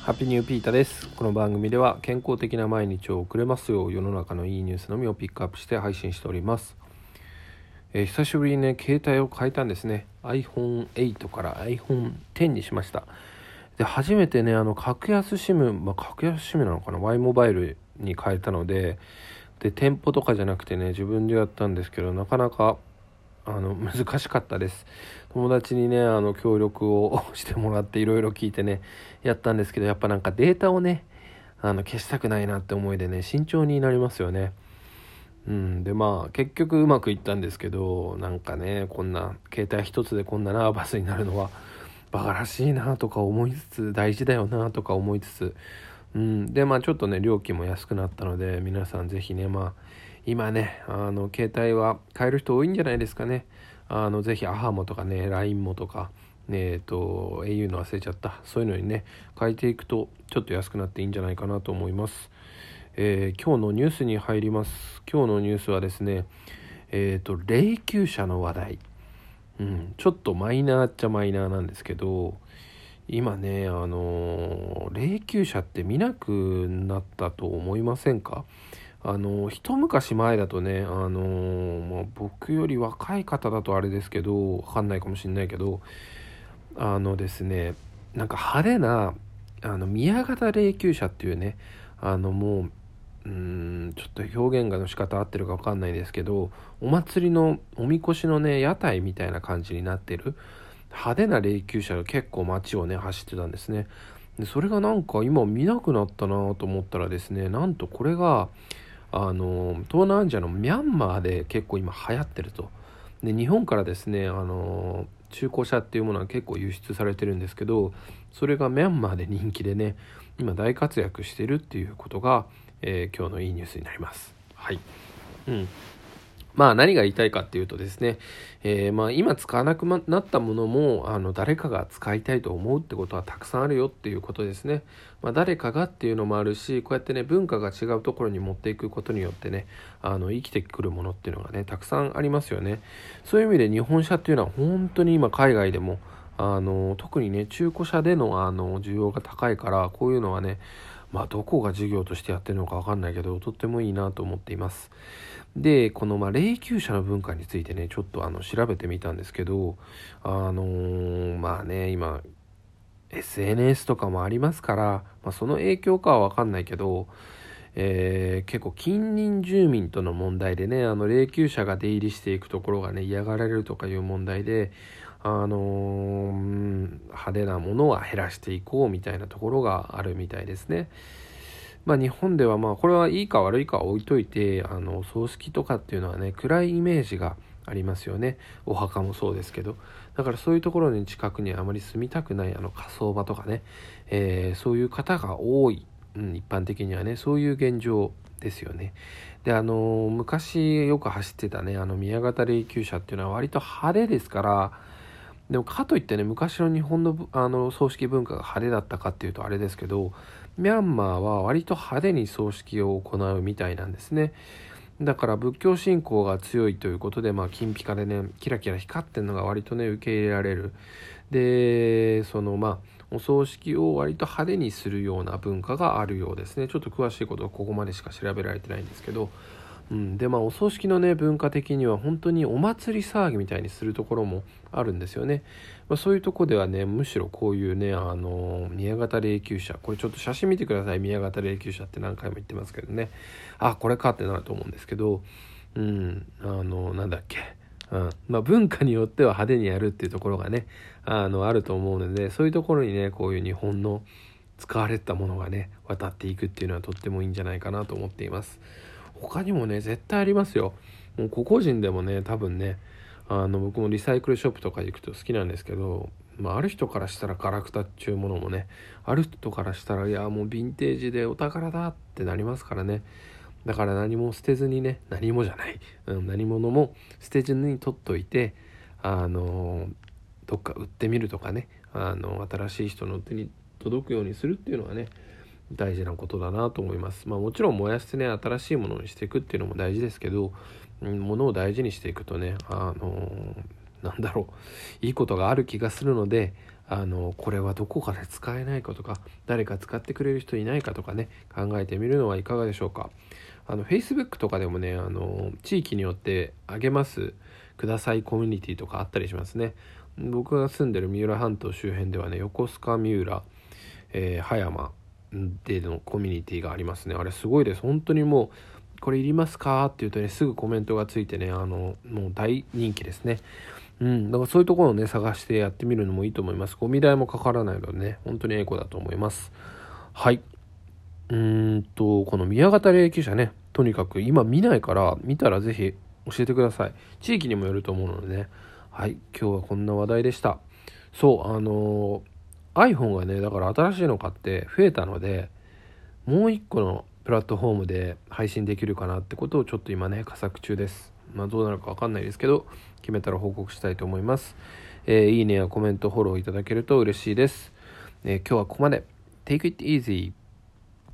ハッピーニューピータです。この番組では健康的な毎日を送れますよう世の中のいいニュースのみをピックアップして配信しております。久しぶりにね携帯を変えたんですね。 iPhone8 から iPhone10 にしました。で初めてね格安 SIM、格安 SIM なのかな、 Y モバイルに変えたので、店舗とかじゃなくてね自分でやったんですけど、なかなか難しかったです。友達にね協力をしてもらっていろいろ聞いてねやったんですけど、やっぱなんかデータをね消したくないなって思いでね慎重になりますよね。で結局うまくいったんですけど、なんかねこんな携帯一つでこんなナーバスになるのはバカらしいなとか思いつつ、大事だよなとか思いつつ、でちょっとね料金も安くなったので、皆さんぜひね今ね携帯は買える人多いんじゃないですかね。ぜひアハモとかね LINE もとかau の忘れちゃった、そういうのにね変えていくとちょっと安くなっていいんじゃないかなと思います。今日のニュースに入ります。今日のニュースはですね霊柩車の話題、ちょっとマイナーっちゃマイナーなんですけど、今ね霊柩車って見なくなったと思いませんか？一昔前だとね僕より若い方だとあれですけどわかんないかもしれないけど、ですねなんか派手な宮型霊柩車っていうねもうちょっと表現の仕方合ってるかわかんないですけど、お祭りのおみこしのね屋台みたいな感じになってる派手な霊柩車が結構街をね走ってたんですね。でそれがなんか今見なくなったなと思ったらですね、なんとこれが東南アジアのミャンマーで結構今流行ってると。で日本からですね中古車っていうものは結構輸出されてるんですけど、それがミャンマーで人気でね今大活躍してるっていうことが、今日のいいニュースになります。はい。何が言いたいかっていうとですね、今使わなくなったものも誰かが使いたいと思うってことはたくさんあるよっていうことですね。誰かがっていうのもあるし、こうやってね文化が違うところに持っていくことによってね生きてくるものっていうのがねたくさんありますよね。そういう意味で日本車っていうのは本当に今海外でも特にね中古車での需要が高いから、こういうのはねどこが事業としてやってるのか分かんないけどとってもいいなと思っています。でこの霊柩車の文化についてねちょっと調べてみたんですけど、今 SNS とかもありますから、その影響かは分かんないけど、結構近隣住民との問題でね霊柩車が出入りしていくところがね嫌がられるとかいう問題で派手なものは減らしていこうみたいなところがあるみたいですね。日本ではこれはいいか悪いかは置いといてお葬式とかっていうのはね暗いイメージがありますよね。お墓もそうですけど、だからそういうところに近くにあまり住みたくない火葬場とかね、そういう方が多い、一般的にはねそういう現状ですよね。で昔よく走ってたね宮型霊柩車っていうのは割と派手ですから、でもかといってね昔の日本の葬式文化が派手だったかっていうとあれですけど、ミャンマーは割と派手に葬式を行うみたいなんですね。だから仏教信仰が強いということで金ピカでねキラキラ光ってるのが割とね受け入れられる。でお葬式を割と派手にするような文化があるようですね。ちょっと詳しいことはここまでしか調べられてないんですけど、でお葬式のね文化的には本当にお祭り騒ぎみたいにするところもあるんですよね。そういうとこではねむしろこういうね宮型霊柩車、これちょっと写真見てください。宮型霊柩車って何回も言ってますけどね、これかってなると思うんですけど、なんだっけ、文化によっては派手にやるっていうところがねあると思うので、そういうところにねこういう日本の使われてたものがね渡っていくっていうのはとってもいいんじゃないかなと思っています。他にもね絶対ありますよ。もう個々人でもね多分ね僕もリサイクルショップとか行くと好きなんですけど、ある人からしたらガラクタっちゅうものもね、ある人からしたらいやもうヴィンテージでお宝だってなりますからね。だから何も捨てずにね、何もじゃない、何物も捨てずに取っといてどっか売ってみるとかね、新しい人の手に届くようにするっていうのはね大事なことだなと思います。もちろん燃やしてね新しいものにしていくっていうのも大事ですけど、物を大事にしていくとねいいことがある気がするので、これはどこかで使えないかとか、誰か使ってくれる人いないかとかね、考えてみるのはいかがでしょうか。Facebook とかでもね、地域によってあげますくださいコミュニティとかあったりしますね。僕が住んでる三浦半島周辺ではね、横須賀、三浦、葉山でのコミュニティがありますね。あれすごいです。本当にもう、これいりますかって言うとね、すぐコメントがついてね、もう大人気ですね。だからそういうところをね、探してやってみるのもいいと思います。ゴミ代もかからないのでね、本当にエコだと思います。はい。この宮型霊柩車ね、とにかく今見ないから、見たらぜひ教えてください。地域にもよると思うのでね。はい、今日はこんな話題でした。そう、iPhone がね、だから新しいの買って増えたので、もう一個のプラットフォームで配信できるかなってことをちょっと今ね、佳作中です。どうなるかわかんないですけど、決めたら報告したいと思います。いいねやコメント、フォローいただけると嬉しいです。今日はここまで。Take it easy.